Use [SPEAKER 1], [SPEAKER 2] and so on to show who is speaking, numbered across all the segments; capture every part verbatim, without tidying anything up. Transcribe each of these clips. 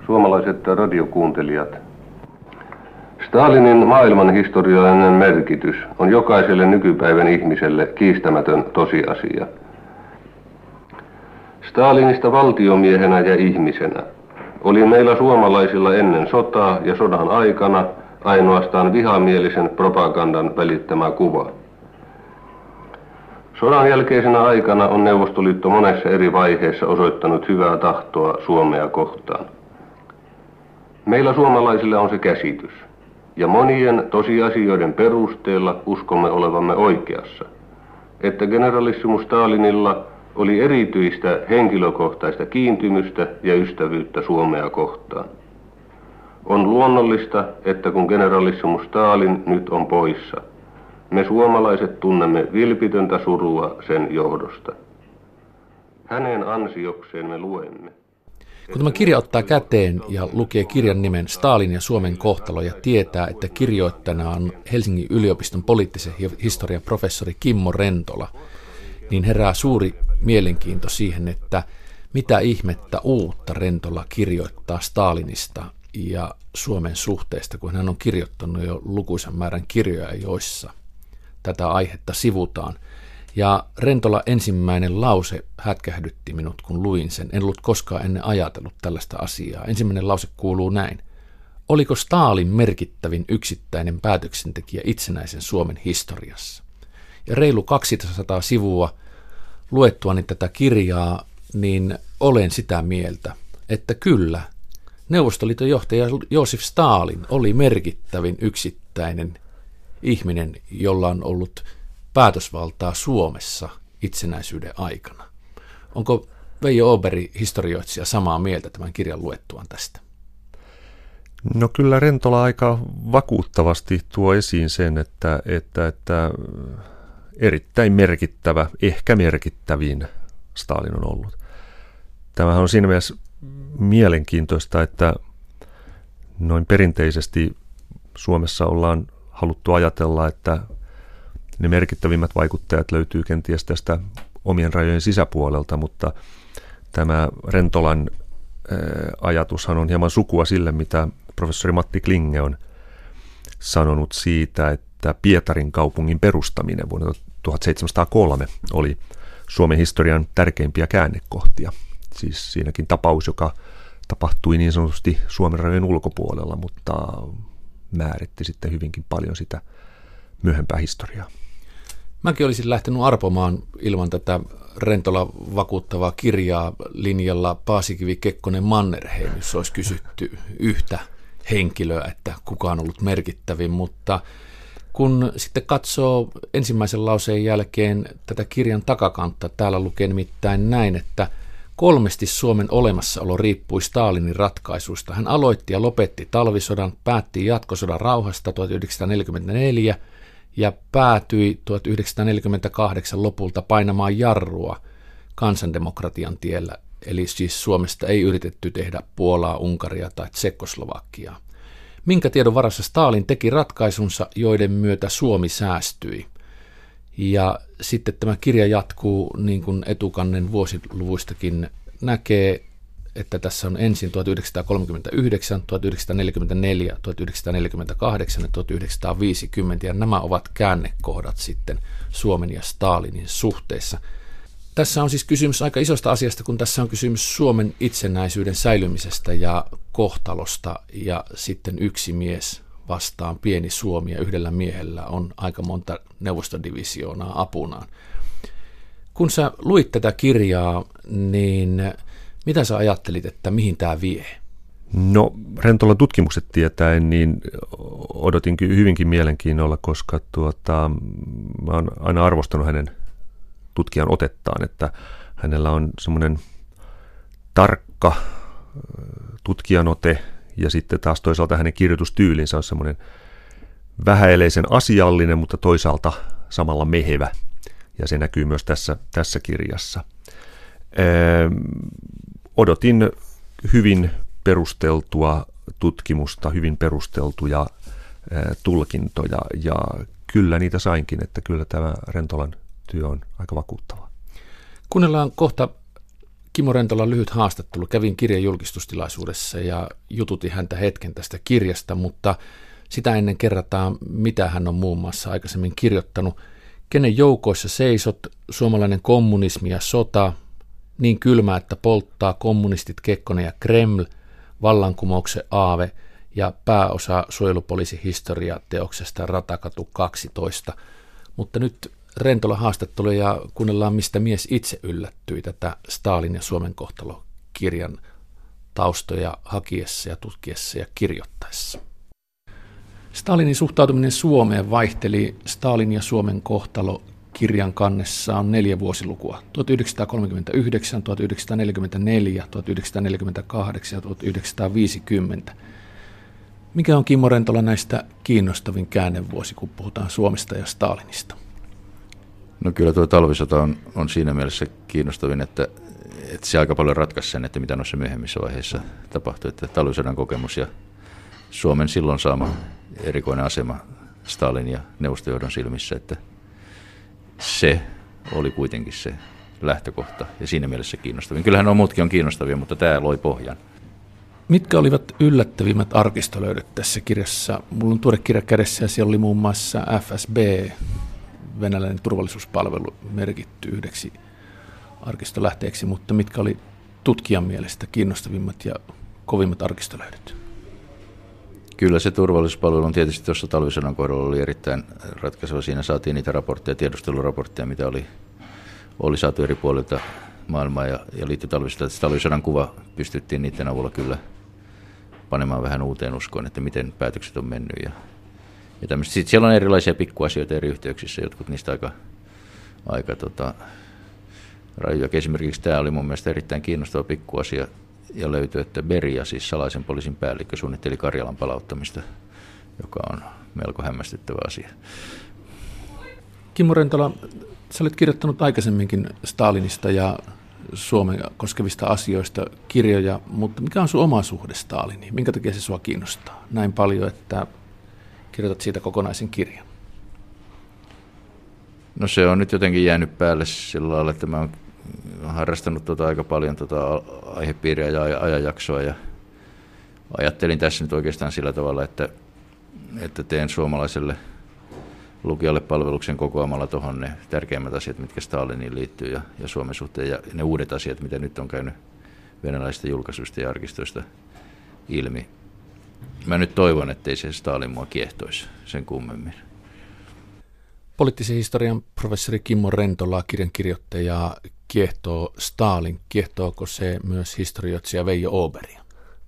[SPEAKER 1] Suomalaiset radiokuuntelijat. Stalinin maailmanhistoriallinen merkitys on jokaiselle nykypäivän ihmiselle kiistämätön tosiasia. Stalinista valtiomiehenä ja ihmisenä oli meillä suomalaisilla ennen sotaa ja sodan aikana ainoastaan vihamielisen propagandan välittämä kuva. Sodan jälkeisenä aikana on Neuvostoliitto monessa eri vaiheessa osoittanut hyvää tahtoa Suomea kohtaan. Meillä suomalaisilla on se käsitys, ja monien tosiasioiden perusteella uskomme olevamme oikeassa, että generalissimus Stalinilla oli erityistä henkilökohtaista kiintymystä ja ystävyyttä Suomea kohtaan. On luonnollista, että kun generalissimus Stalin nyt on poissa, me suomalaiset tunnemme vilpitöntä surua sen johdosta. Hänen ansiokseen me luemme.
[SPEAKER 2] Kun tämä kirja ottaa käteen ja lukee kirjan nimen Stalin ja Suomen kohtalo ja tietää, että kirjoittajana on Helsingin yliopiston poliittisen historian professori Kimmo Rentola, niin herää suuri mielenkiinto siihen, että mitä ihmettä uutta Rentola kirjoittaa Stalinista ja Suomen suhteesta, kun hän on kirjoittanut jo lukuisan määrän kirjoja, joissa tätä aihetta sivutaan. Ja Rentola ensimmäinen lause hätkähdytti minut, kun luin sen. En ollut koskaan ennen ajatellut tällaista asiaa. Ensimmäinen lause kuuluu näin. Oliko Stalin merkittävin yksittäinen päätöksentekijä itsenäisen Suomen historiassa? Ja reilu kaksisataa sivua luettuani tätä kirjaa, niin olen sitä mieltä, että kyllä, Neuvostoliiton johtaja Joosif Stalin oli merkittävin yksittäinen ihminen, jolla on ollut päätösvaltaa Suomessa itsenäisyyden aikana. Onko Veijo Åberg, historioitsija, samaa mieltä tämän kirjan luettuaan tästä?
[SPEAKER 3] No kyllä Rentola aika vakuuttavasti tuo esiin sen, että, että, että erittäin merkittävä, ehkä merkittävin Stalin on ollut. Tämähän on siinä mielessä mielenkiintoista, että noin perinteisesti Suomessa ollaan haluttu ajatella, että ne merkittävimmät vaikuttajat löytyy kenties tästä omien rajojen sisäpuolelta, mutta tämä Rentolan ajatushan on hieman sukua sille, mitä professori Matti Klinge on sanonut siitä, että Pietarin kaupungin perustaminen vuonna tuhatseitsemänsataakolme oli Suomen historian tärkeimpiä käännekohtia. Siis siinäkin tapaus, joka tapahtui niin sanotusti Suomen rajojen ulkopuolella, mutta määritti sitten hyvinkin paljon sitä myöhempää historiaa.
[SPEAKER 2] Mäkin olisin lähtenyt arpomaan ilman tätä Rentola vakuuttavaa kirjaa linjalla Paasikivi, Kekkonen, Mannerheim, jos olisi kysytty yhtä henkilöä, että kuka on ollut merkittävin, mutta kun sitten katsoo ensimmäisen lauseen jälkeen tätä kirjan takakantta, täällä lukee nimittäin näin, että kolmesti Suomen olemassaolo riippui Stalinin ratkaisusta. Hän aloitti ja lopetti talvisodan, päätti jatkosodan rauhasta tuhatyhdeksänsataaneljäkymmentäneljä ja päätyi tuhatyhdeksänsataaneljäkymmentäkahdeksan lopulta painamaan jarrua kansandemokratian tiellä. Eli siis Suomesta ei yritetty tehdä Puolaa, Unkaria tai Tsekkoslovakiaa. Minkä tiedon varassa Stalin teki ratkaisunsa, joiden myötä Suomi säästyi? Ja sitten tämä kirja jatkuu, niin kuin etukannen vuosiluvuistakin näkee, että tässä on ensin tuhatyhdeksänsataakolmekymmentäyhdeksän, tuhatyhdeksänsataaneljäkymmentäneljä, tuhatyhdeksänsataaneljäkymmentäkahdeksan ja tuhatyhdeksänsataaviisikymmentä, ja nämä ovat käännekohdat sitten Suomen ja Stalinin suhteessa. Tässä on siis kysymys aika isosta asiasta, kun tässä on kysymys Suomen itsenäisyyden säilymisestä ja kohtalosta, ja sitten yksi mies vastaan pieni Suomi, ja yhdellä miehellä on aika monta neuvostodivisioonaa apunaan. Kun sä luit tätä kirjaa, niin mitä sä ajattelit, että mihin tämä vie?
[SPEAKER 3] No Rentolan tutkimukset tietäen, niin odotin hyvinkin mielenkiinnolla, koska tuota, mä oon aina arvostanut hänen tutkijan otettaan, että hänellä on semmoinen tarkka tutkijan ote, ja sitten taas toisaalta hänen kirjoitustyylinsä on semmoinen vähäeleisen asiallinen, mutta toisaalta samalla mehevä, ja se näkyy myös tässä, tässä kirjassa. Öö, odotin hyvin perusteltua tutkimusta, hyvin perusteltuja öö, tulkintoja, ja kyllä niitä sainkin, että kyllä tämä Rentolan työ on aika vakuuttava.
[SPEAKER 2] Kuunnellaan kohta Kimmo Rentolan lyhyt haastattelu. Kävin kirjan julkistustilaisuudessa ja jututin häntä hetken tästä kirjasta, mutta sitä ennen kerrataan, mitä hän on muun muassa aikaisemmin kirjoittanut. Kenen joukoissa seisot, suomalainen kommunismi ja sota, niin kylmä, että polttaa, kommunistit, Kekkonen ja Kreml, vallankumouksen aave ja pääosa suojelupoliisihistoria teoksesta Ratakatu kaksitoista. Mutta nyt Rentola haastattelu ja kuunnellaan, mistä mies itse yllättyi tätä Stalin ja Suomen kohtalo -kirjan taustoja hakiessa ja tutkiessa ja kirjoittaessa. Stalinin suhtautuminen Suomeen vaihteli. Stalin ja Suomen kohtalo -kirjan kannessa on neljä vuosilukua: tuhatyhdeksänsataakolmekymmentäyhdeksän, tuhatyhdeksänsataaneljäkymmentäneljä, tuhatyhdeksänsataaneljäkymmentäkahdeksan ja tuhatyhdeksänsataaviisikymmentä. Mikä on Kimmo Rentola näistä kiinnostavin käännevuosi, kun puhutaan Suomesta ja Stalinista?
[SPEAKER 4] No kyllä tuo talvisota on, on siinä mielessä kiinnostavin, että, että se aika paljon ratkaisi sen, että mitä noissa myöhemmissä vaiheissa tapahtui. Että talvisodan kokemus ja Suomen silloin saama erikoinen asema Stalin ja neuvostojohdon silmissä, että se oli kuitenkin se lähtökohta ja siinä mielessä kiinnostavin. Kyllähän nuo muutkin on kiinnostavia, mutta tämä loi pohjan.
[SPEAKER 2] Mitkä olivat yllättävimmät arkistolöydöt tässä kirjassa? Mulla on tuore kirja kädessä ja siellä oli muun muassa F S B, venäläinen turvallisuuspalvelu, merkitty yhdeksi arkistolähteeksi, mutta mitkä oli tutkijan mielestä kiinnostavimmat ja kovimmat arkistolöydöt?
[SPEAKER 4] Kyllä se turvallisuuspalvelu on tietysti tuossa talvisodan kohdalla oli erittäin ratkaiseva. Siinä saatiin niitä raportteja, tiedusteluraportteja, mitä oli, oli saatu eri puolilta maailmaa ja, ja liittyi talvisodan. Talvisodan kuva pystyttiin niiden avulla kyllä panemaan vähän uuteen uskoon, että miten päätökset on mennyt. Ja, ja Sitten siellä on erilaisia pikkuasioita eri yhteyksissä, jotkut niistä aika, aika tota, rajuja. Esimerkiksi tämä oli mun mielestä erittäin kiinnostava pikkuasia. Ja löytyi, että Beria, siis salaisen poliisin päällikkö, suunnitteli Karjalan palauttamista, joka on melko hämmästyttävä asia.
[SPEAKER 2] Kimmo Rentola, sä olet kirjoittanut aikaisemminkin Stalinista ja Suomen koskevista asioista kirjoja, mutta mikä on sun oma suhde Staliniin? Minkä takia se sua kiinnostaa näin paljon, että kirjoitat siitä kokonaisen kirjan?
[SPEAKER 4] No se on nyt jotenkin jäänyt päälle sillä lailla, että mä oon harrastanut tuota aika paljon tuota aihepiiriä ja ajanjaksoa ja ajattelin tässä nyt oikeastaan sillä tavalla, että, että teen suomalaiselle lukijalle palveluksen kokoamalla tuohon ne tärkeimmät asiat, mitkä Staliniin liittyy ja, ja Suomen suhteen ja ne uudet asiat, mitä nyt on käynyt venäläisistä julkaisuista ja arkistoista ilmi. Mä nyt toivon, ettei se Stalin mua kiehtoisi sen kummemmin.
[SPEAKER 2] Poliittisen historian professori Kimmo Rentola, kirjankirjoittaja, kiehtoo Stalin. Kiehtooko se myös historioitsija Veijo Åbergia?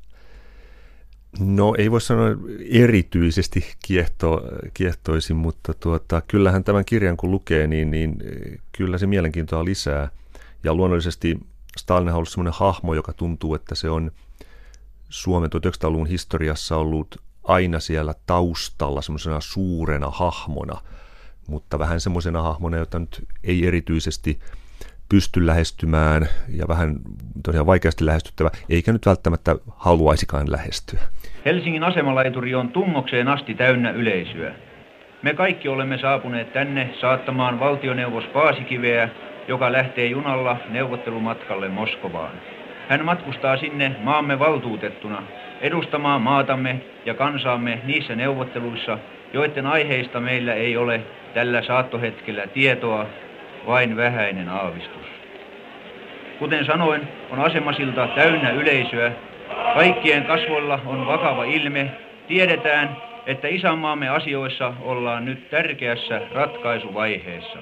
[SPEAKER 3] No ei voi sanoa erityisesti kiehto, kiehtoisin, mutta tuota, kyllähän tämän kirjan kun lukee, niin, niin kyllä se mielenkiintoa lisää. Ja luonnollisesti Stalin on ollut sellainen hahmo, joka tuntuu, että se on Suomen tuhatyhdeksänsataaluvun historiassa ollut aina siellä taustalla semmoisena suurena hahmona, mutta vähän semmoisena hahmona, jota nyt ei erityisesti pysty lähestymään ja vähän tosiaan vaikeasti lähestyttävä, eikä nyt välttämättä haluaisikaan lähestyä.
[SPEAKER 5] Helsingin asemalaituri on tungokseen asti täynnä yleisöä. Me kaikki olemme saapuneet tänne saattamaan valtioneuvos Paasikiveä, joka lähtee junalla neuvottelumatkalle Moskovaan. Hän matkustaa sinne maamme valtuutettuna edustamaan maatamme ja kansaamme niissä neuvotteluissa, joiden aiheista meillä ei ole tällä saattohetkellä tietoa, vain vähäinen aavistus. Kuten sanoin, on asemasilta täynnä yleisöä. Kaikkien kasvoilla on vakava ilme. Tiedetään, että isänmaamme asioissa ollaan nyt tärkeässä ratkaisuvaiheessa.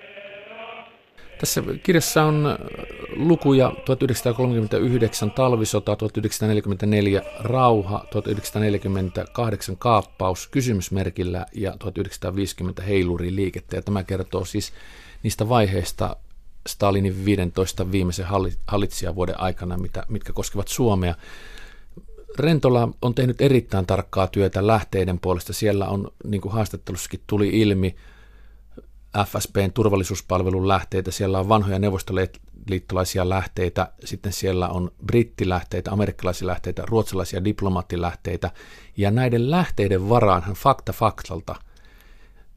[SPEAKER 2] Tässä kirjassa on lukuja tuhatyhdeksänsataakolmekymmentäyhdeksän talvisota, tuhatyhdeksänsataaneljäkymmentäneljä rauha, tuhatyhdeksänsataaneljäkymmentäkahdeksan kaappaus kysymysmerkillä ja tuhatyhdeksänsataaviisikymmentä heiluriliikettä. Ja tämä kertoo siis niistä vaiheista Stalinin viidentoista viimeisen hallitsijavuoden aikana, mitä, mitkä koskevat Suomea. Rentola on tehnyt erittäin tarkkaa työtä lähteiden puolesta. Siellä on, niin kuin haastattelussakin tuli ilmi, F S B:n turvallisuuspalvelun lähteitä, siellä on vanhoja neuvostoliittolaisia lähteitä, sitten siellä on brittilähteitä, amerikkalaisia lähteitä, ruotsalaisia diplomaattilähteitä, ja näiden lähteiden varaan hän fakta faktalta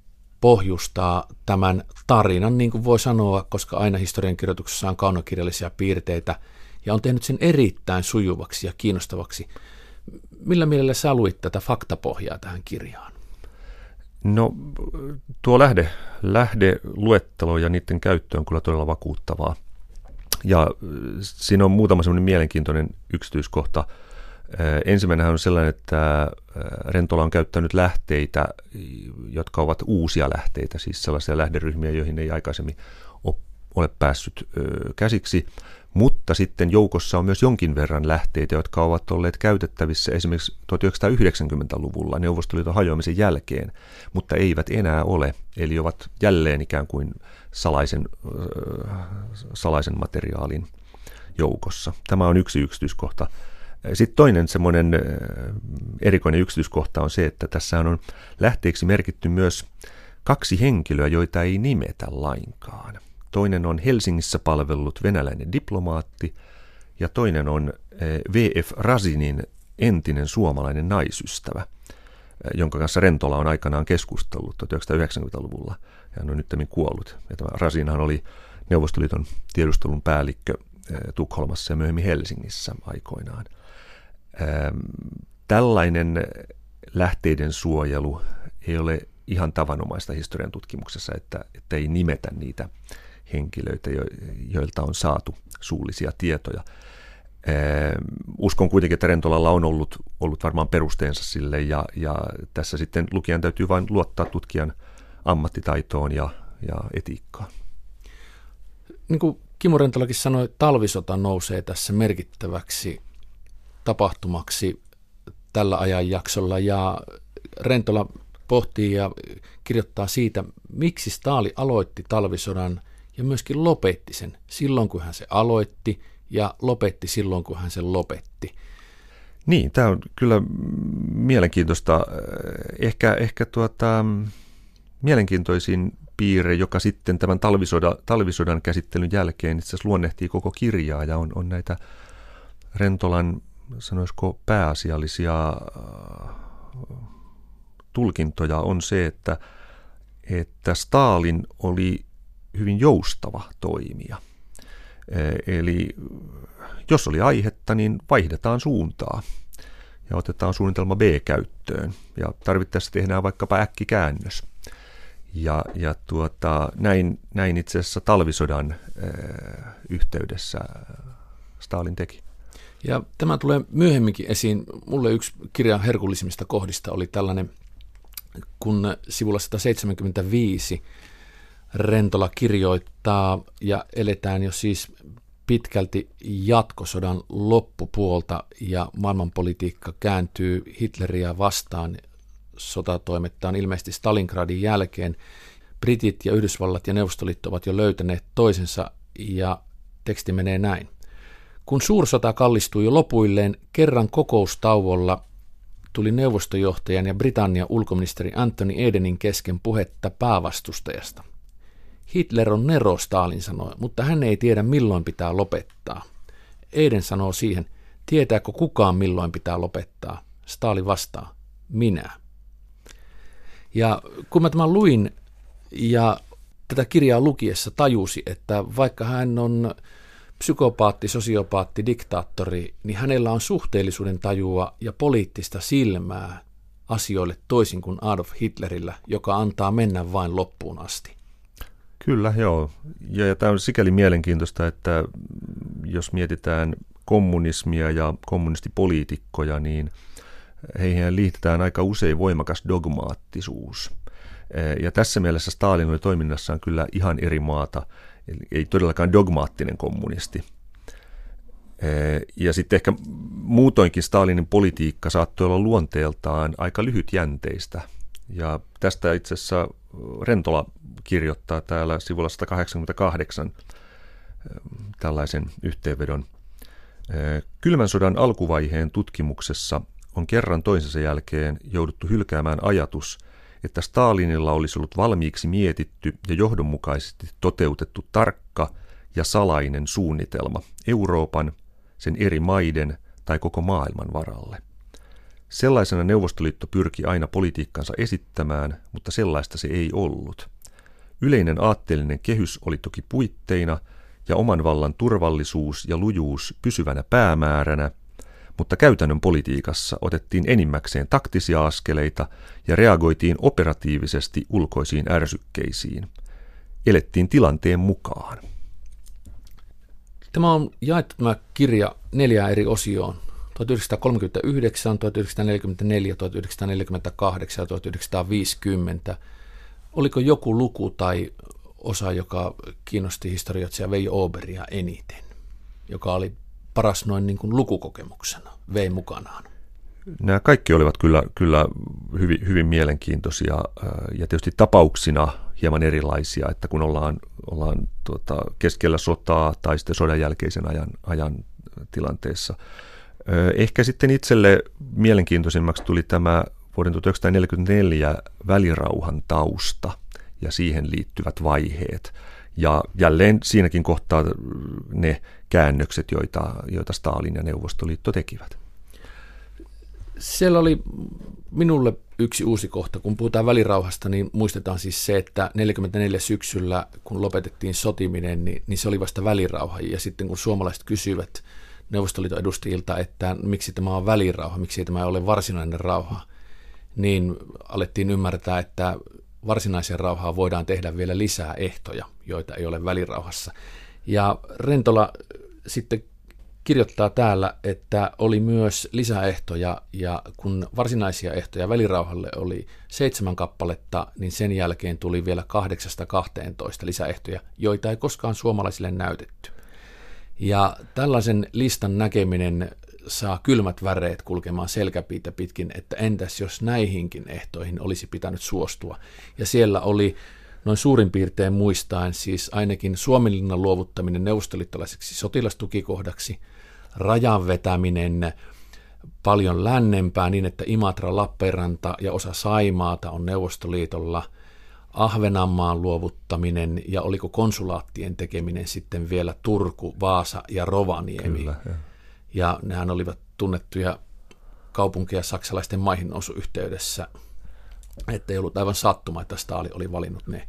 [SPEAKER 2] pohjustaa tämän tarinan, niin kuin voi sanoa, koska aina historiankirjoituksessa on kaunokirjallisia piirteitä, ja on tehnyt sen erittäin sujuvaksi ja kiinnostavaksi. Millä mielellä sä luit tätä faktapohjaa tähän kirjaan?
[SPEAKER 3] No tuo lähde, lähdeluettelo ja niiden käyttö on kyllä todella vakuuttavaa. Ja siinä on muutama sellainen mielenkiintoinen yksityiskohta. Ensimmäinen on sellainen, että Rentola on käyttänyt lähteitä, jotka ovat uusia lähteitä, siis sellaisia lähderyhmiä, joihin ei aikaisemmin ole päässyt käsiksi. Mutta sitten joukossa on myös jonkin verran lähteitä, jotka ovat olleet käytettävissä esimerkiksi tuhatyhdeksänsataayhdeksänkymmentäluvulla Neuvostoliiton hajoamisen jälkeen, mutta eivät enää ole, eli ovat jälleen ikään kuin salaisen, salaisen materiaalin joukossa. Tämä on yksi yksityiskohta. Sitten toinen semmoinen erikoinen yksityiskohta on se, että tässä on lähteeksi merkitty myös kaksi henkilöä, joita ei nimetä lainkaan. Toinen on Helsingissä palvellut venäläinen diplomaatti ja toinen on V F Razinin entinen suomalainen naisystävä, jonka kanssa Rentola on aikanaan keskustellut tuhatyhdeksänsataayhdeksänkymmentäluvulla. Hän on nyttemmin kuollut. Ja tämä Razinhan oli Neuvostoliiton tiedustelun päällikkö Tukholmassa ja myöhemmin Helsingissä aikoinaan. Tällainen lähteiden suojelu ei ole ihan tavanomaista historian tutkimuksessa, että, että ei nimetä niitä henkilöitä, joilta on saatu suullisia tietoja. Uskon kuitenkin, että Rentolalla on ollut, ollut varmaan perusteensa sille, ja, ja tässä sitten lukijan täytyy vain luottaa tutkijan ammattitaitoon ja, ja etiikkaan.
[SPEAKER 2] Niin kuin Kimmo Rentolakin sanoi, talvisota nousee tässä merkittäväksi tapahtumaksi tällä ajanjaksolla, ja Rentola pohtii ja kirjoittaa siitä, miksi Stalin aloitti talvisodan ja myöskin lopetti sen silloin, kun hän se aloitti, ja lopetti silloin, kun hän sen lopetti.
[SPEAKER 3] Niin, tämä on kyllä mielenkiintoista. Ehkä, ehkä tuota, mielenkiintoisin piirre, joka sitten tämän talvisodan, talvisodan käsittelyn jälkeen itse asiassa luonnehtii koko kirjaa, ja on, on näitä Rentolan, sanoisiko, pääasiallisia tulkintoja on se, että, että Stalin oli hyvin joustava toimija. Eli jos oli aihetta, niin vaihdetaan suuntaa ja otetaan suunnitelma B käyttöön ja tarvittaessa tehdään vaikkapa äkkikäännös. Ja, ja tuota, näin, näin itse asiassa talvisodan äh, yhteydessä Stalin teki.
[SPEAKER 2] Ja tämä tulee myöhemminkin esiin. Mulle yksi kirjan herkullisimmista kohdista oli tällainen, kun sivulla sata seitsemänkymmentäviisi Rentola kirjoittaa, ja eletään jo siis pitkälti jatkosodan loppupuolta, ja maailmanpolitiikka kääntyy Hitleriä vastaan. Sotatoimetta on ilmeisesti Stalingradin jälkeen. Britit ja Yhdysvallat ja Neuvostoliitto ovat jo löytäneet toisensa, ja teksti menee näin. Kun suursota kallistui jo lopuilleen, kerran kokoustauolla tuli neuvostojohtajan ja Britannian ulkoministeri Anthony Edenin kesken puhetta päävastustajasta. Hitler on nero, Stalin sanoi, mutta hän ei tiedä milloin pitää lopettaa. Eden sanoo siihen, tietääkö kukaan milloin pitää lopettaa? Stalin vastaa, minä. Ja kun mä tämän luin ja tätä kirjaa lukiessa tajusi, että vaikka hän on psykopaatti, sosiopaatti, diktaattori, niin hänellä on suhteellisuuden tajua ja poliittista silmää asioille toisin kuin Adolf Hitlerillä, joka antaa mennä vain loppuun asti.
[SPEAKER 3] Kyllä, joo. Ja, ja tämä on sikäli mielenkiintoista, että jos mietitään kommunismia ja kommunistipoliitikkoja, niin heihin liitetään aika usein voimakas dogmaattisuus. Ja tässä mielessä Stalin oli toiminnassaan kyllä ihan eri maata, ei todellakaan dogmaattinen kommunisti. Ja sitten ehkä muutoinkin Stalinin politiikka saattoi olla luonteeltaan aika lyhytjänteistä. Ja tästä itse asiassa Rentola kirjoittaa täällä sivulla sata kahdeksankymmentäkahdeksan tällaisen yhteenvedon. Kylmän sodan alkuvaiheen tutkimuksessa on kerran toisensa jälkeen jouduttu hylkäämään ajatus, että Stalinilla olisi ollut valmiiksi mietitty ja johdonmukaisesti toteutettu tarkka ja salainen suunnitelma Euroopan, sen eri maiden tai koko maailman varalle. Sellaisena Neuvostoliitto pyrki aina politiikkansa esittämään, mutta sellaista se ei ollut. Yleinen aatteellinen kehys oli toki puitteina ja oman vallan turvallisuus ja lujuus pysyvänä päämääränä, mutta käytännön politiikassa otettiin enimmäkseen taktisia askeleita ja reagoitiin operatiivisesti ulkoisiin ärsykkeisiin. Elettiin tilanteen mukaan.
[SPEAKER 2] Tämä on jaettu tämä kirja neljään eri osioon. tuhatyhdeksänsataakolmekymmentäyhdeksän, tuhatyhdeksänsataaneljäkymmentäneljä, tuhatyhdeksänsataaneljäkymmentäkahdeksan ja tuhatyhdeksänsataaviisikymmentä. Oliko joku luku tai osa, joka kiinnosti historioitsija Veijo Åbergia eniten, joka oli paras noin niin kuin lukukokemuksena, vei mukanaan?
[SPEAKER 3] Nämä kaikki olivat kyllä, kyllä hyvin, hyvin mielenkiintoisia ja tietysti tapauksina hieman erilaisia, että kun ollaan, ollaan tuota, keskellä sotaa tai sitten sodan jälkeisen ajan, ajan tilanteessa. Ehkä sitten itselle mielenkiintoisimmaksi tuli tämä vuoden tuhatyhdeksänsataaneljäkymmentäneljä välirauhan tausta ja siihen liittyvät vaiheet. Ja jälleen siinäkin kohtaa ne käännökset, joita, joita Stalin ja Neuvostoliitto tekivät.
[SPEAKER 2] Siellä oli minulle yksi uusi kohta. Kun puhutaan välirauhasta, niin muistetaan siis se, että neljäkymmentäneljä syksyllä, kun lopetettiin sotiminen, niin, niin se oli vasta välirauha. Ja sitten kun suomalaiset kysyivät Neuvostoliiton edustajilta, että miksi tämä on välirauha, miksi tämä ei ole varsinainen rauha, niin alettiin ymmärtää, että varsinaiseen rauhaan voidaan tehdä vielä lisää ehtoja, joita ei ole välirauhassa. Ja Rentola sitten kirjoittaa täällä, että oli myös lisäehtoja, ja kun varsinaisia ehtoja välirauhalle oli seitsemän kappaletta, niin sen jälkeen tuli vielä kahdeksasta kahteentoista lisäehtoja, joita ei koskaan suomalaisille näytetty. Ja tällaisen listan näkeminen saa kylmät väreet kulkemaan selkäpiitä pitkin, että entäs jos näihinkin ehtoihin olisi pitänyt suostua. Ja siellä oli noin suurin piirtein muistaen siis ainakin Suomenlinnan luovuttaminen neuvostoliittolaiseksi sotilastukikohdaksi, rajan vetäminen paljon lännempää niin, että Imatra, Lappeenranta ja osa Saimaata on Neuvostoliitolla, Ahvenanmaan luovuttaminen ja oliko konsulaattien tekeminen sitten vielä Turku, Vaasa ja Rovaniemi.
[SPEAKER 3] Kyllä, ja.
[SPEAKER 2] ja nehän olivat tunnettuja kaupunkeja saksalaisten maihin nousu yhteydessä, että ei ollut aivan sattuma, että Stalin oli valinnut ne.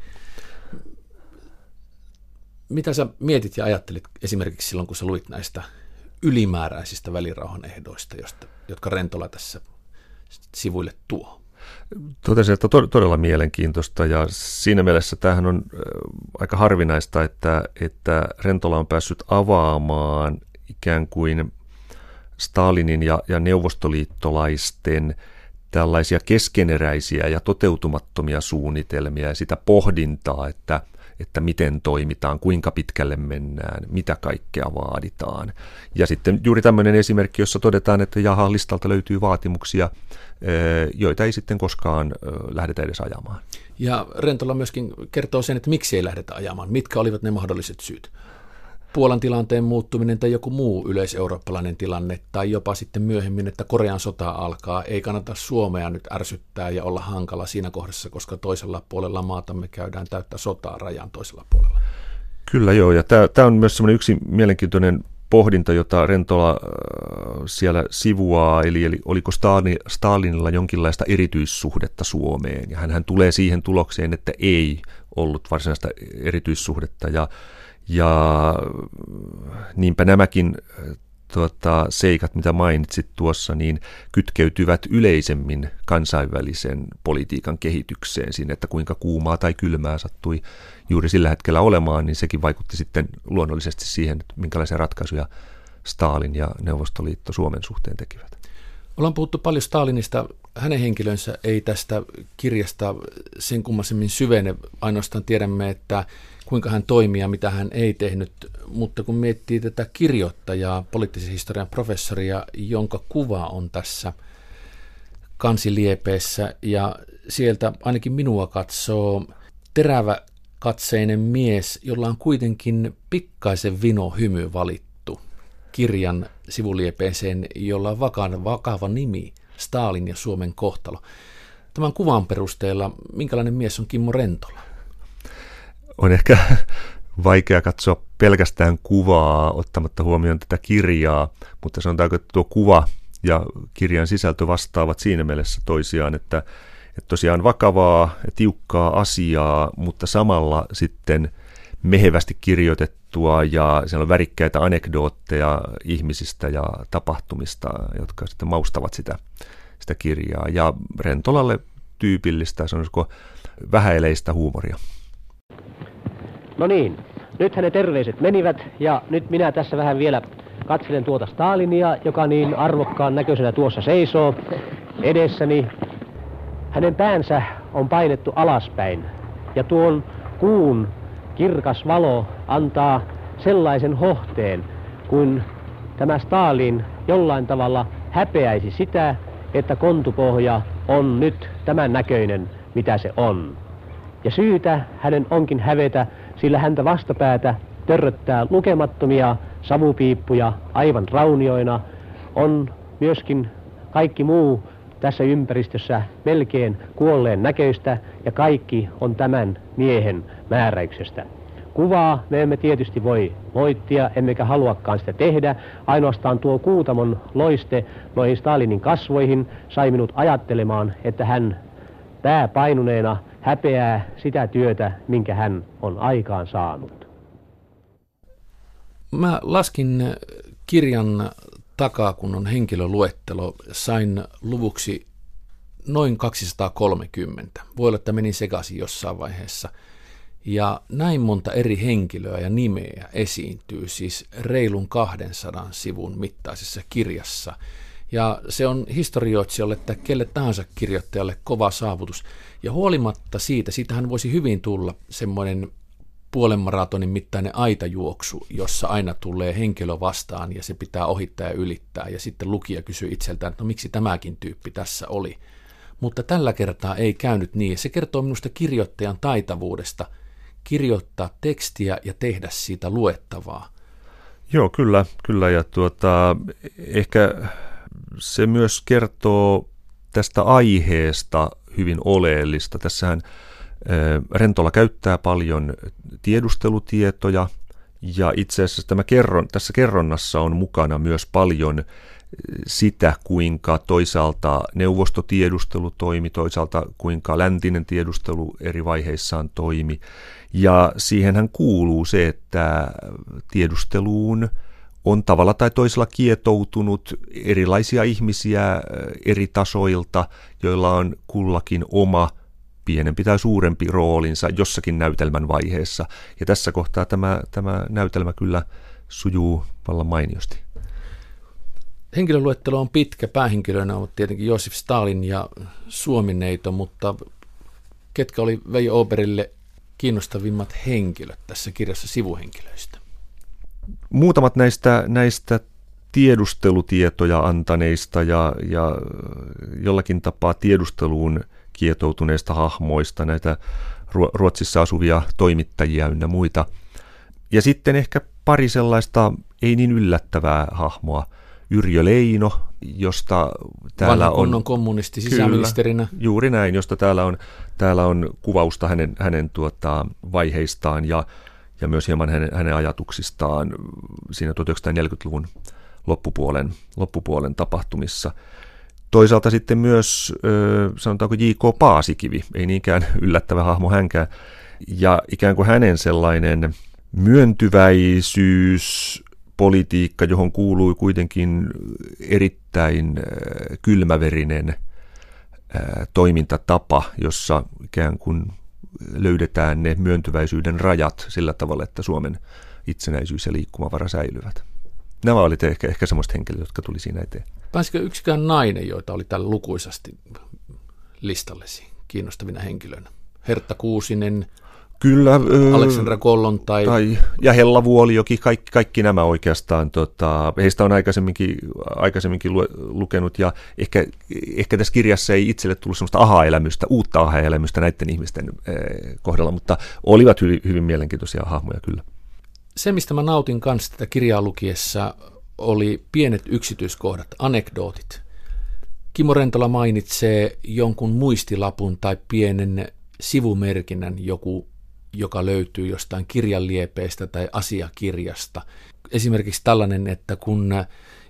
[SPEAKER 2] Mitä sä mietit ja ajattelit esimerkiksi silloin, kun sä luit näistä ylimääräisistä välirauhan ehdoista, josta, jotka Rentola tässä sivuille tuo?
[SPEAKER 3] Totesin, että to- todella mielenkiintoista, ja siinä mielessä tämähän on aika harvinaista, että, että Rentola on päässyt avaamaan ikään kuin Stalinin ja, ja neuvostoliittolaisten tällaisia keskeneräisiä ja toteutumattomia suunnitelmia ja sitä pohdintaa, että, että miten toimitaan, kuinka pitkälle mennään, mitä kaikkea vaaditaan. Ja sitten juuri tämmöinen esimerkki, jossa todetaan, että jaha, listalta löytyy vaatimuksia, joita ei sitten koskaan lähdetä edes ajamaan.
[SPEAKER 2] Ja Rentola myöskin kertoo sen, että miksi ei lähdetä ajamaan, mitkä olivat ne mahdolliset syyt. Puolan tilanteen muuttuminen tai joku muu yleiseurooppalainen tilanne, tai jopa sitten myöhemmin, että Korean sota alkaa, ei kannata Suomea nyt ärsyttää ja olla hankala siinä kohdassa, koska toisella puolella maatamme käydään täyttä sotaa rajan toisella puolella.
[SPEAKER 3] Kyllä joo, ja tämä on myös semmoinen yksi mielenkiintoinen pohdinta, jota Rentola siellä sivuaa, eli, eli oliko Stalin, Stalinilla jonkinlaista erityissuhdetta Suomeen, ja hän, hän tulee siihen tulokseen, että ei ollut varsinaista erityissuhdetta, ja Ja niinpä nämäkin tuota, seikat, mitä mainitsit tuossa, niin kytkeytyvät yleisemmin kansainvälisen politiikan kehitykseen siinä, että kuinka kuumaa tai kylmää sattui juuri sillä hetkellä olemaan, niin sekin vaikutti sitten luonnollisesti siihen, että minkälaisia ratkaisuja Stalin ja Neuvostoliitto Suomen suhteen tekivät.
[SPEAKER 2] Ollaan puhuttu paljon Stalinista. Hänen henkilönsä ei tästä kirjasta sen kummasemmin syvene. Ainoastaan tiedämme, että kuinka hän toimii ja mitä hän ei tehnyt. Mutta kun miettii tätä kirjoittajaa, poliittisen historian professoria, jonka kuva on tässä kansiliepeessä, ja sieltä ainakin minua katsoo terävä katseinen mies, jolla on kuitenkin pikkaisen vino hymy valittu kirjan sivuliepeeseen, jolla on vakava, vakava nimi, Stalin ja Suomen kohtalo. Tämän kuvan perusteella, minkälainen mies on Kimmo Rentola?
[SPEAKER 3] On ehkä vaikea katsoa pelkästään kuvaa ottamatta huomioon tätä kirjaa, mutta sanotaanko, että tuo kuva ja kirjan sisältö vastaavat siinä mielessä toisiaan, että, että tosiaan vakavaa ja tiukkaa asiaa, mutta samalla sitten mehevästi kirjoitettua ja siellä on värikkäitä anekdootteja ihmisistä ja tapahtumista, jotka sitten maustavat sitä, sitä kirjaa. Ja Rentolalle tyypillistä, sanoisiko, vähäileistä huumoria.
[SPEAKER 6] No niin, nythän ne terveiset menivät ja nyt minä tässä vähän vielä katselen tuota Stalinia, joka niin arvokkaan näköisenä tuossa seisoo edessäni. Hänen päänsä on painettu alaspäin ja tuon kuun kirkas valo antaa sellaisen hohteen, kuin tämä Stalin jollain tavalla häpeäisi sitä, että kontupohja on nyt tämän näköinen, mitä se on. Ja syytä hänen onkin hävetä, sillä häntä vastapäätä törröttää lukemattomia savupiippuja aivan raunioina. On myöskin kaikki muu tässä ympäristössä melkein kuolleen näköistä ja kaikki on tämän miehen määräyksestä. Kuvaa me emme tietysti voi moittia, emmekä haluakaan sitä tehdä. Ainoastaan tuo Kuutamon loiste noihin Stalinin kasvoihin sai minut ajattelemaan, että hän pääpainuneena häpeää sitä työtä, minkä hän on aikaan saanut.
[SPEAKER 2] Mä laskin kirjan takaa, kun on henkilöluettelo, sain luvuksi noin kaksisataakolmekymmentä. Voi olla, että menin sekaisin jossain vaiheessa. Ja näin monta eri henkilöä ja nimeä esiintyy siis reilun kahdensadan sivun mittaisessa kirjassa. Ja se on historioitsijalle että kelle tahansa kirjoittajalle kova saavutus. Ja huolimatta siitä, siitähän voisi hyvin tulla semmoinen puolen maratonin mittainen aitajuoksu, jossa aina tulee henkilö vastaan ja se pitää ohittaa ja ylittää. Ja sitten lukija kysyy itseltään, että no miksi tämäkin tyyppi tässä oli. Mutta tällä kertaa ei käynyt niin. Se kertoo minusta kirjoittajan taitavuudesta kirjoittaa tekstiä ja tehdä siitä luettavaa.
[SPEAKER 3] Joo, kyllä, kyllä. Ja tuota, ehkä se myös kertoo tästä aiheesta hyvin oleellista. Tässähän Rentola käyttää paljon tiedustelutietoja ja itse asiassa tämä kerron, tässä kerronnassa on mukana myös paljon sitä, kuinka toisaalta neuvostotiedustelu toimi, toisaalta kuinka läntinen tiedustelu eri vaiheissaan toimi. Ja siihenhän kuuluu se, että tiedusteluun on tavalla tai toisella kietoutunut erilaisia ihmisiä eri tasoilta, joilla on kullakin oma pienempi tai suurempi roolinsa jossakin näytelmän vaiheessa. Ja tässä kohtaa tämä, tämä näytelmä kyllä sujuu vallan mainiosti.
[SPEAKER 2] Henkilöluettelo on pitkä. Päähenkilöinä ovat tietenkin Joosif Stalin ja Suomi-neito, mutta ketkä oli Veijo Obergille kiinnostavimmat henkilöt tässä kirjassa sivuhenkilöistä?
[SPEAKER 3] Muutamat näistä, näistä tiedustelutietoja antaneista ja, ja jollakin tapaa tiedusteluun kietoutuneista hahmoista, näitä Ruotsissa asuvia toimittajia ynnä muita. Ja sitten ehkä pari sellaista ei niin yllättävää hahmoa. Yrjö Leino, josta täällä on...
[SPEAKER 2] Vanha kommunisti sisäministerinä.
[SPEAKER 3] Kyllä, juuri näin, josta täällä on, täällä on kuvausta hänen, hänen tuota, vaiheistaan ja, ja myös hieman hänen, hänen ajatuksistaan siinä tuhatyhdeksänsataaneljäkymmentäluvun loppupuolen, loppupuolen tapahtumissa. Toisaalta sitten myös, sanotaanko J K Paasikivi, ei niinkään yllättävä hahmo hänkään, ja ikään kuin hänen sellainen myöntyväisyys, politiikka, johon kuului kuitenkin erittäin kylmäverinen toimintatapa, jossa ikään kuin löydetään ne myöntyväisyyden rajat sillä tavalla, että Suomen itsenäisyys ja liikkumavara säilyvät. Nämä olivat ehkä, ehkä semmoiset henkilöt, jotka tuli siinä eteen.
[SPEAKER 2] Pääsikö yksikään nainen, joita oli täällä lukuisasti listallesi kiinnostavina henkilöinä? Hertta Kuusinen,
[SPEAKER 3] kyllä,
[SPEAKER 2] Aleksandra Kollontai.
[SPEAKER 3] Tai, ja Hella Vuolijoki, kaikki, kaikki nämä oikeastaan. Tota, heistä on aikaisemminkin, aikaisemminkin lu, lukenut, ja ehkä, ehkä tässä kirjassa ei itselle tullut sellaista aha-elämystä, uutta aha-elämystä näiden ihmisten eh, kohdalla, mutta olivat hyvin, hyvin mielenkiintoisia hahmoja kyllä.
[SPEAKER 2] Se, mistä mä nautin kanssa tätä kirjaa lukiessa, oli pienet yksityiskohdat, anekdootit. Kimmo Rentola mainitsee jonkun muistilapun tai pienen sivumerkinnän, joku, joka löytyy jostain kirjanliepeestä tai asiakirjasta. Esimerkiksi tällainen, että kun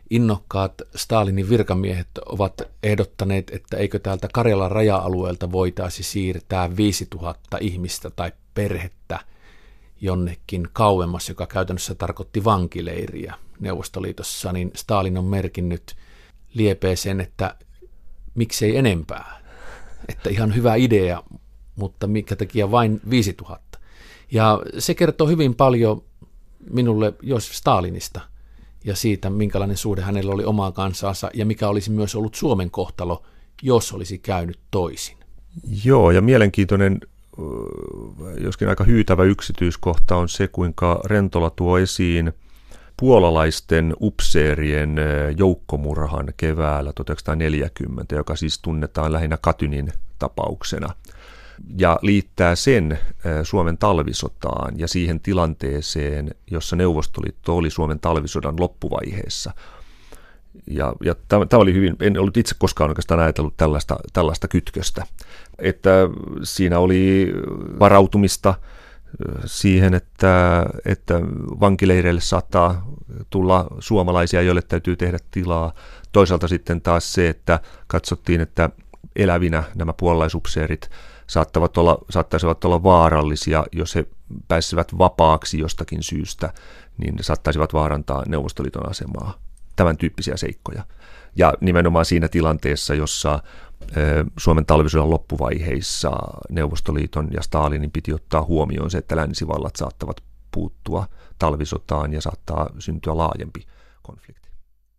[SPEAKER 2] innokkaat Stalinin virkamiehet ovat ehdottaneet, että eikö täältä Karjalan raja-alueelta voitaisi siirtää viisituhatta ihmistä tai perhettä jonnekin kauemmas, joka käytännössä tarkoitti vankileiriä Neuvostoliitossa, niin Stalin on merkinnyt liepeeseen, että miksei enempää. Että ihan hyvä idea, mutta minkä takia vain viisituhatta. Ja se kertoo hyvin paljon minulle Joosef Stalinista ja siitä, minkälainen suhde hänellä oli omaa kansaansa ja mikä olisi myös ollut Suomen kohtalo, jos olisi käynyt toisin.
[SPEAKER 3] Joo, ja mielenkiintoinen, joskin aika hyytävä yksityiskohta on se, kuinka Rentola tuo esiin puolalaisten upseerien joukkomurhan keväällä tuhatyhdeksänsataaneljäkymmentä, joka siis tunnetaan lähinnä Katynin tapauksena, ja liittää sen Suomen talvisotaan ja siihen tilanteeseen, jossa Neuvostoliitto oli Suomen talvisodan loppuvaiheessa. Ja, ja tämä oli hyvin, en ollut itse koskaan oikeastaan ajatellut tällaista, tällaista kytköstä, että siinä oli varautumista siihen, että, että vankileireille saattaa tulla suomalaisia, joille täytyy tehdä tilaa. Toisaalta sitten taas se, että katsottiin, että elävinä nämä puolalaisupseerit saattavat olla, saattaisivat olla vaarallisia, jos he pääsisivät vapaaksi jostakin syystä, niin ne saattaisivat vaarantaa Neuvostoliiton asemaa. Tämän tyyppisiä seikkoja. Ja nimenomaan siinä tilanteessa, jossa Suomen talvisodan loppuvaiheissa Neuvostoliiton ja Stalinin piti ottaa huomioon se, että länsivallat saattavat puuttua talvisotaan ja saattaa syntyä laajempi konflikti.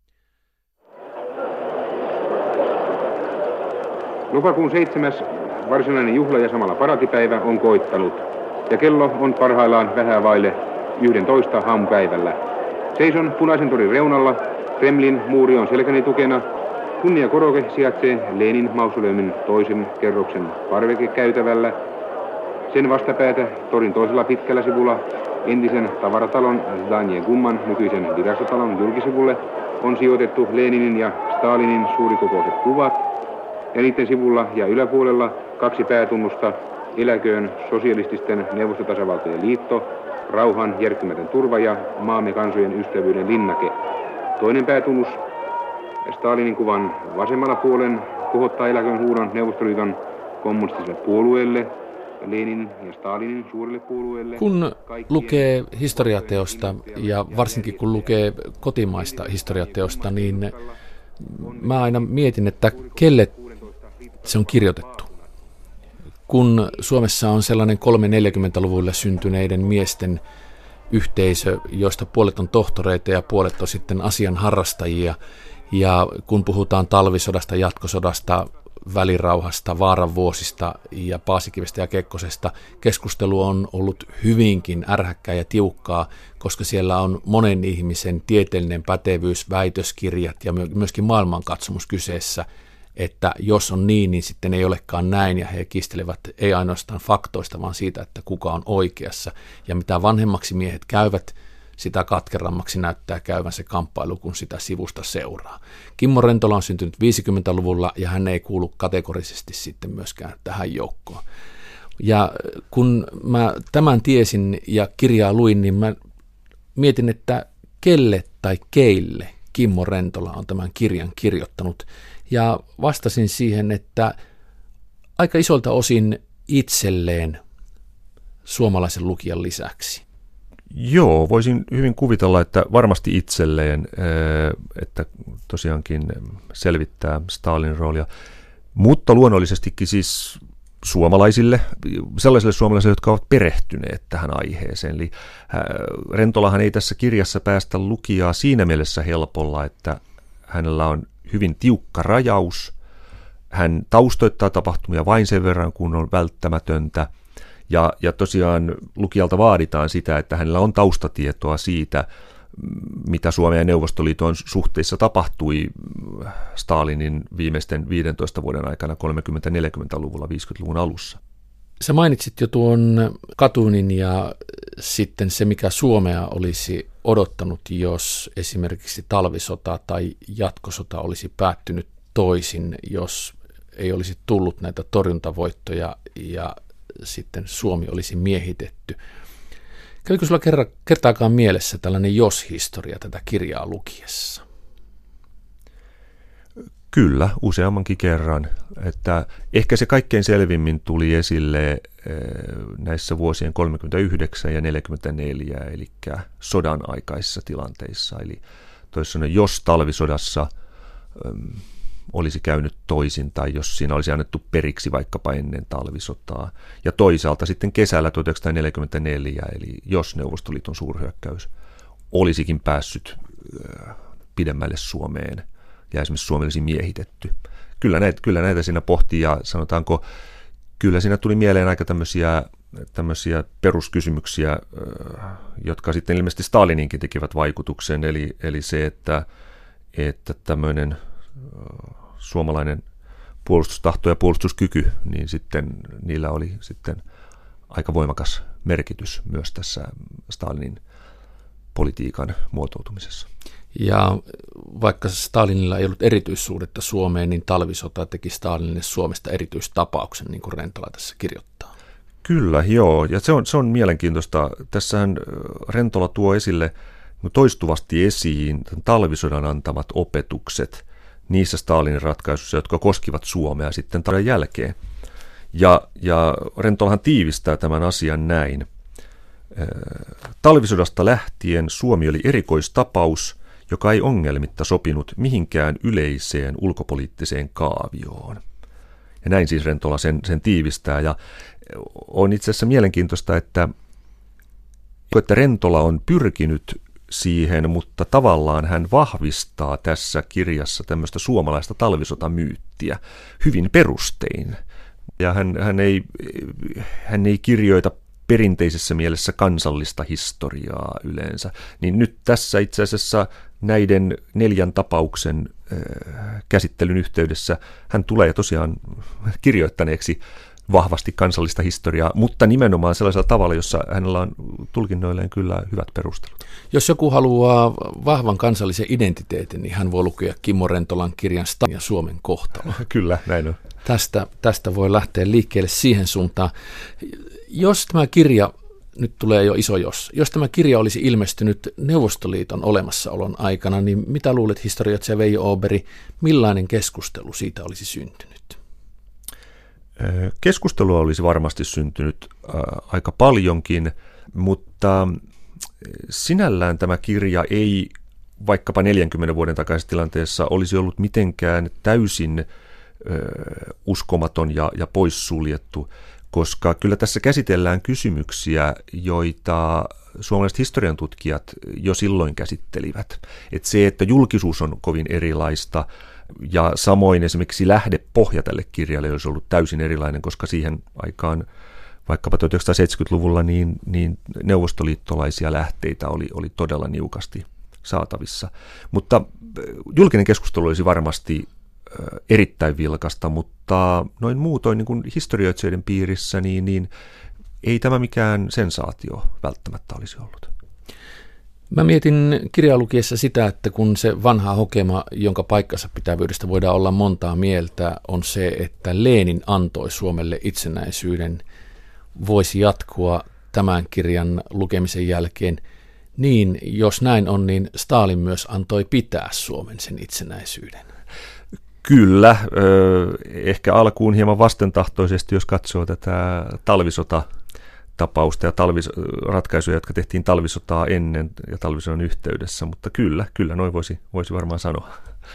[SPEAKER 7] Lokakuun seitsemäs varsinainen juhla ja samalla paraatipäivä on koittanut, ja kello on parhaillaan vähän vaille yhdentoista aamupäivällä. Seison Punaisen torin reunalla, Kremlin muuri on selkäni tukena. Kunniakoroke sijaitsee Lenin mausoleumin toisen kerroksen parvekekäytävällä. Sen vastapäätä torin toisella pitkällä sivulla entisen tavaratalon Zdanje Gumman nykyisen virastotalon julkisivulle on sijoitettu Leninin ja Stalinin suurikokoiset kuvat. Ja niiden sivulla ja yläpuolella kaksi päätunnusta: eläköön sosialististen neuvostotasavaltojen liitto, rauhan järkkymätön turva ja maamme kansojen ystävyyden linnake. Toinen päätunnus Stalinin kuvan vasemmalla puolen kohottaa eläköön huudon Neuvostoliiton kommunistiselle puolueelle, Lenin ja Stalinin suurelle puolueelle.
[SPEAKER 2] Kun lukee historiateosta ja varsinkin kun lukee kotimaista historiateosta, niin mä aina mietin, että kelle se on kirjoitettu. Kun Suomessa on sellainen kolmekymmentä-neljäkymmentäluvuilla syntyneiden miesten yhteisö, joista puolet on tohtoreita ja puolet on sitten asian harrastajia, ja kun puhutaan talvisodasta, jatkosodasta, välirauhasta, vaaran vuosista ja Paasikivestä ja Kekkosesta, keskustelu on ollut hyvinkin ärhäkkää ja tiukkaa, koska siellä on monen ihmisen tieteellinen pätevyys, väitöskirjat ja myöskin maailmankatsomus kyseessä, että jos on niin, niin sitten ei olekaan näin, ja he kistelevät ei ainoastaan faktoista, vaan siitä, että kuka on oikeassa. Ja mitä vanhemmaksi miehet käyvät, sitä katkerammaksi näyttää käyvän se kamppailu, kun sitä sivusta seuraa. Kimmo Rentola on syntynyt viisikymmentäluvulla, ja hän ei kuulu kategorisesti sitten myöskään tähän joukkoon. Ja kun mä tämän tiesin ja kirjaa luin, niin mä mietin, että kelle tai keille Kimmo Rentola on tämän kirjan kirjoittanut. Ja vastasin siihen, että aika isolta osin itselleen suomalaisen lukijan lisäksi.
[SPEAKER 3] Joo, voisin hyvin kuvitella, että varmasti itselleen, että tosiaankin selvittää Stalinin roolia, mutta luonnollisestikin siis suomalaisille, sellaisille suomalaisille, jotka ovat perehtyneet tähän aiheeseen. Eli Rentolahan ei tässä kirjassa päästä lukijaa siinä mielessä helpolla, että hänellä on hyvin tiukka rajaus. Hän taustoittaa tapahtumia vain sen verran, kun on välttämätöntä. Ja, ja tosiaan lukijalta vaaditaan sitä, että hänellä on taustatietoa siitä, mitä Suomen ja Neuvostoliiton suhteissa tapahtui Stalinin viimeisten viidentoista vuoden aikana kolmekymmentä-neljäkymmentäluvulla, viisikymmentäluvun alussa.
[SPEAKER 2] Sä mainitsit jo tuon Katynin ja sitten se, mikä Suomea olisi odottanut, jos esimerkiksi talvisota tai jatkosota olisi päättynyt toisin, jos ei olisi tullut näitä torjuntavoittoja ja sitten Suomi olisi miehitetty. Kävikö sulla kerra, kertaakaan mielessä tällainen jos-historia tätä kirjaa lukiessa?
[SPEAKER 3] Kyllä, useammankin kerran. Että ehkä se kaikkein selvimmin tuli esille näissä vuosien kolmekymmentäyhdeksän ja neljäkymmentäneljä, eli sodan aikaisissa tilanteissa. Eli toisaalta jos talvisodassa olisi käynyt toisin tai jos siinä olisi annettu periksi vaikkapa ennen talvisotaa. Ja toisaalta sitten kesällä tuhatyhdeksänsataaneljäkymmentäneljä, eli jos Neuvostoliiton suurhyökkäys olisikin päässyt pidemmälle Suomeen ja esimerkiksi Suomi olisi miehitetty. Kyllä näitä, kyllä näitä siinä pohtii ja sanotaanko, kyllä siinä tuli mieleen aika tämmöisiä, tämmöisiä peruskysymyksiä, jotka sitten ilmeisesti Stalininkin tekivät vaikutuksen, eli, eli se, että, että tämmöinen suomalainen puolustustahto ja puolustuskyky, niin sitten niillä oli sitten aika voimakas merkitys myös tässä Stalinin politiikan muotoutumisessa.
[SPEAKER 2] Ja vaikka Stalinilla ei ollut erityissuhdetta Suomeen, niin talvisota teki Stalinille Suomesta erityistapauksen, niin kuin Rentola tässä kirjoittaa.
[SPEAKER 3] Kyllä, joo. Ja se on, se on mielenkiintoista. Tässähän Rentola tuo esille toistuvasti esiin talvisodan antamat opetukset niissä Stalinin ratkaisuissa, jotka koskivat Suomea sitten talven jälkeen. Ja, ja Rentolahan tiivistää tämän asian näin. Talvisodasta lähtien Suomi oli erikoistapaus, joka ei ongelmitta sopinut mihinkään yleiseen ulkopoliittiseen kaavioon. Ja näin siis Rentola sen, sen tiivistää. Ja on itse asiassa mielenkiintoista, että, että Rentola on pyrkinyt siihen, mutta tavallaan hän vahvistaa tässä kirjassa tämmöistä suomalaista talvisotamyyttiä hyvin perustein. Ja hän, hän, ei, hän ei kirjoita perinteisessä mielessä kansallista historiaa yleensä, niin nyt tässä itse asiassa näiden neljän tapauksen äh, käsittelyn yhteydessä hän tulee tosiaan kirjoittaneeksi vahvasti kansallista historiaa, mutta nimenomaan sellaisella tavalla, jossa hänellä on tulkinnoilleen kyllä hyvät perustelut.
[SPEAKER 2] Jos joku haluaa vahvan kansallisen identiteetin, niin hän voi lukea Kimmo Rentolan kirjan Stalin ja Suomen kohtalo.
[SPEAKER 3] Kyllä, näin on.
[SPEAKER 2] Tästä, tästä voi lähteä liikkeelle siihen suuntaan. Jos tämä kirja, nyt tulee jo iso jos, jos tämä kirja olisi ilmestynyt Neuvostoliiton olemassaolon aikana, niin mitä luulet, historioitsija Veijo Åberg, millainen keskustelu siitä olisi syntynyt?
[SPEAKER 3] Keskustelua olisi varmasti syntynyt aika paljonkin, mutta sinällään tämä kirja ei vaikkapa neljänkymmenen vuoden takaisessa tilanteessa olisi ollut mitenkään täysin uskomaton ja, ja poissuljettu, koska kyllä tässä käsitellään kysymyksiä, joita suomalaiset historiantutkijat jo silloin käsittelivät. Että se, että julkisuus on kovin erilaista ja samoin esimerkiksi lähdepohja tälle kirjalle olisi ollut täysin erilainen, koska siihen aikaan vaikkapa tuhatyhdeksänsataaseitsemänkymmentäluvulla niin, niin neuvostoliittolaisia lähteitä oli, oli todella niukasti saatavissa. Mutta julkinen keskustelu olisi varmasti erittäin vilkasta, mutta noin muutoin niin kuin historioitsijoiden piirissä, niin, niin ei tämä mikään sensaatio välttämättä olisi ollut.
[SPEAKER 2] Mä mietin kirjaa lukiessa sitä, että kun se vanha hokema, jonka paikkansa pitävyydestä voidaan olla montaa mieltä, on se, että Lenin antoi Suomelle itsenäisyyden, voisi jatkua tämän kirjan lukemisen jälkeen. Niin, jos näin on, niin Stalin myös antoi pitää Suomen sen itsenäisyyden.
[SPEAKER 3] Kyllä, ehkä alkuun hieman vastentahtoisesti, jos katsoo tätä talvisota-tapausta ja talvis- ratkaisuja, jotka tehtiin talvisotaa ennen ja talvisodan yhteydessä, mutta kyllä, kyllä noin voisi, voisi varmaan sanoa.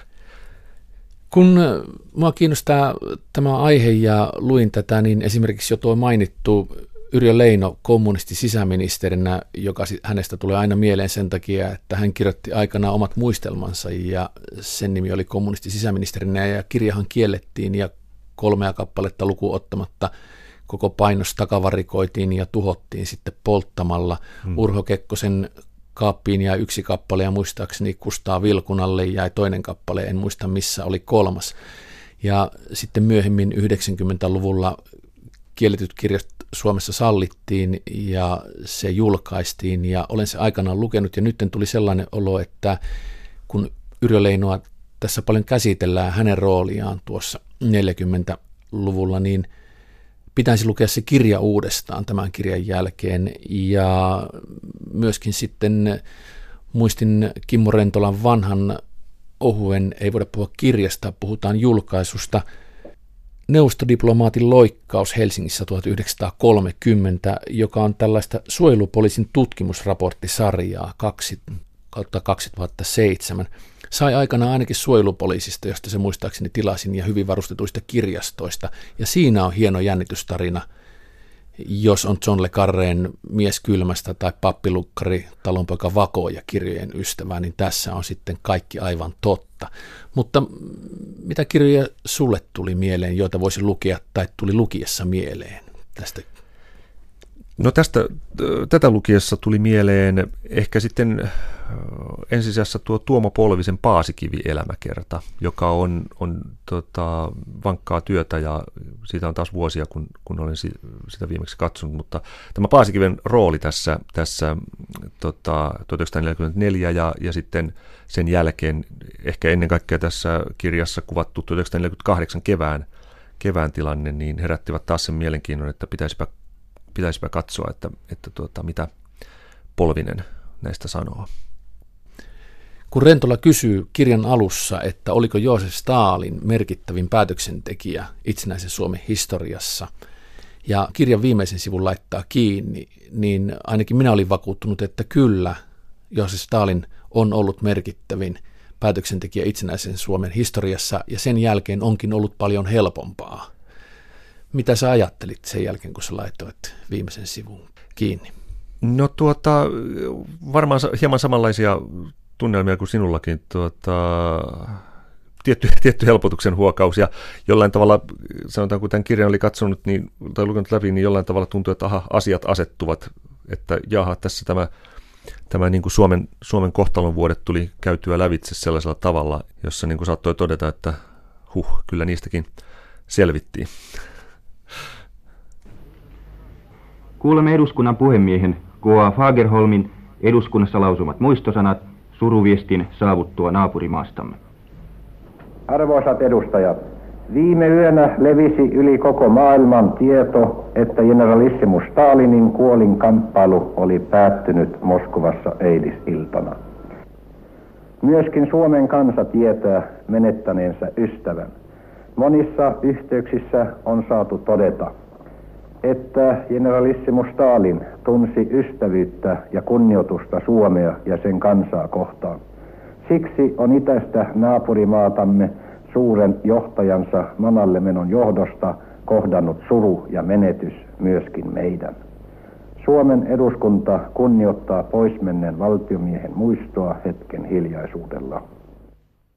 [SPEAKER 2] Kun minua kiinnostaa tämä aihe ja luin tätä, niin esimerkiksi jo tuo mainittu Yrjö Leino kommunisti sisäministerinä, joka hänestä tulee aina mieleen sen takia, että hän kirjoitti aikanaan omat muistelmansa ja sen nimi oli kommunisti sisäministerinä ja kirjahan kiellettiin ja kolmea kappaletta lukuun ottamatta koko painos takavarikoitiin ja tuhottiin sitten polttamalla. Hmm. Urho Kekkosen kaappiin jäi yksi kappale ja muistaakseni Kustaa Vilkunalle jäi toinen kappale, en muista missä oli kolmas. Ja sitten myöhemmin yhdeksänkymmentäluvulla kielletyt kirjat Suomessa sallittiin ja se julkaistiin ja olen se aikanaan lukenut ja nyt tuli sellainen olo, että kun Yrjö Leinoa tässä paljon käsitellään hänen rooliaan tuossa neljäkymmentäluvulla, niin pitäisi lukea se kirja uudestaan tämän kirjan jälkeen ja myöskin sitten muistin Kimmo Rentolan vanhan ohuen, ei voida puhua kirjasta, puhutaan julkaisusta. Neuvostodiplomaatin loikkaus Helsingissä tuhatyhdeksänsataakolmekymmentä, joka on tällaista suojelupoliisin tutkimusraporttisarjaa kaksi kautta kaksituhattaseitsemän. Sai aikanaan ainakin suojelupoliisista, josta se muistaakseni tilasin, ja hyvin varustetuista kirjastoista. Ja siinä on hieno jännitystarina, jos on John le Carrén Mies kylmästä tai Pappilukkari, Talonpoika Vako ja kirjojen ystävää, niin tässä on sitten kaikki aivan totta. Mutta mitä kirjoja sulle tuli mieleen, joita voisi lukea tai tuli lukiessa mieleen tästä?
[SPEAKER 3] No tästä, tätä lukiessa tuli mieleen ehkä sitten ensisijassa tuo Tuomo Polvisen Paasikivi-elämäkerta, joka on, on tota, vankkaa työtä ja siitä on taas vuosia, kun, kun olen sitä viimeksi katsonut, mutta tämä Paasikiven rooli tässä, tässä tota, tuhatyhdeksänsataaneljäkymmentäneljä ja, ja sitten sen jälkeen ehkä ennen kaikkea tässä kirjassa kuvattu tuhatyhdeksänsataaneljäkymmentäkahdeksan kevään, kevään tilanne, niin herättivät taas sen mielenkiinnon, että pitäisipä, pitäisipä katsoa, että, että tuota, mitä Polvinen näistä sanoo.
[SPEAKER 2] Kun Rentola kysyy kirjan alussa, että oliko Joosef Stalin merkittävin päätöksentekijä itsenäisen Suomen historiassa, ja kirjan viimeisen sivun laittaa kiinni, niin ainakin minä olin vakuuttunut, että kyllä, Joosef Stalin on ollut merkittävin päätöksentekijä itsenäisen Suomen historiassa, ja sen jälkeen onkin ollut paljon helpompaa. Mitä sä ajattelit sen jälkeen, kun sä laitoit viimeisen sivun kiinni?
[SPEAKER 3] No tuota, varmaan hieman samanlaisia tunnelmia kuin sinullakin. Tuota, tietty, tietty helpotuksen huokaus ja jollain tavalla, sanotaan kun tämän kirjan oli katsonut niin, tai lukenut läpi, niin jollain tavalla tuntuu, että aha, asiat asettuvat, että jaha, tässä tämä, tämä niin kuin Suomen, Suomen kohtalon vuodet tuli käytyä lävitse sellaisella tavalla, jossa niin kuin saattoi todeta, että huh, kyllä niistäkin selvittiin.
[SPEAKER 8] Kuulemme eduskunnan puhemiehen K A Fagerholmin eduskunnassa lausumat muistosanat suruviestin saavuttua naapurimaastamme.
[SPEAKER 9] Arvoisat edustajat, viime yönä levisi yli koko maailman tieto, että generalissimus Stalinin kuolinkamppailu oli päättynyt Moskovassa eilisiltana. Myöskin Suomen kansa tietää menettäneensä ystävän. Monissa yhteyksissä on saatu todeta, että generalissimus Stalin tunsi ystävyyttä ja kunnioitusta Suomea ja sen kansaa kohtaan. Siksi on itäistä naapurimaatamme suuren johtajansa manalle menon johdosta kohdannut suru ja menetys myöskin meidän. Suomen eduskunta kunnioittaa poismenneen valtiomiehen muistoa hetken hiljaisuudella.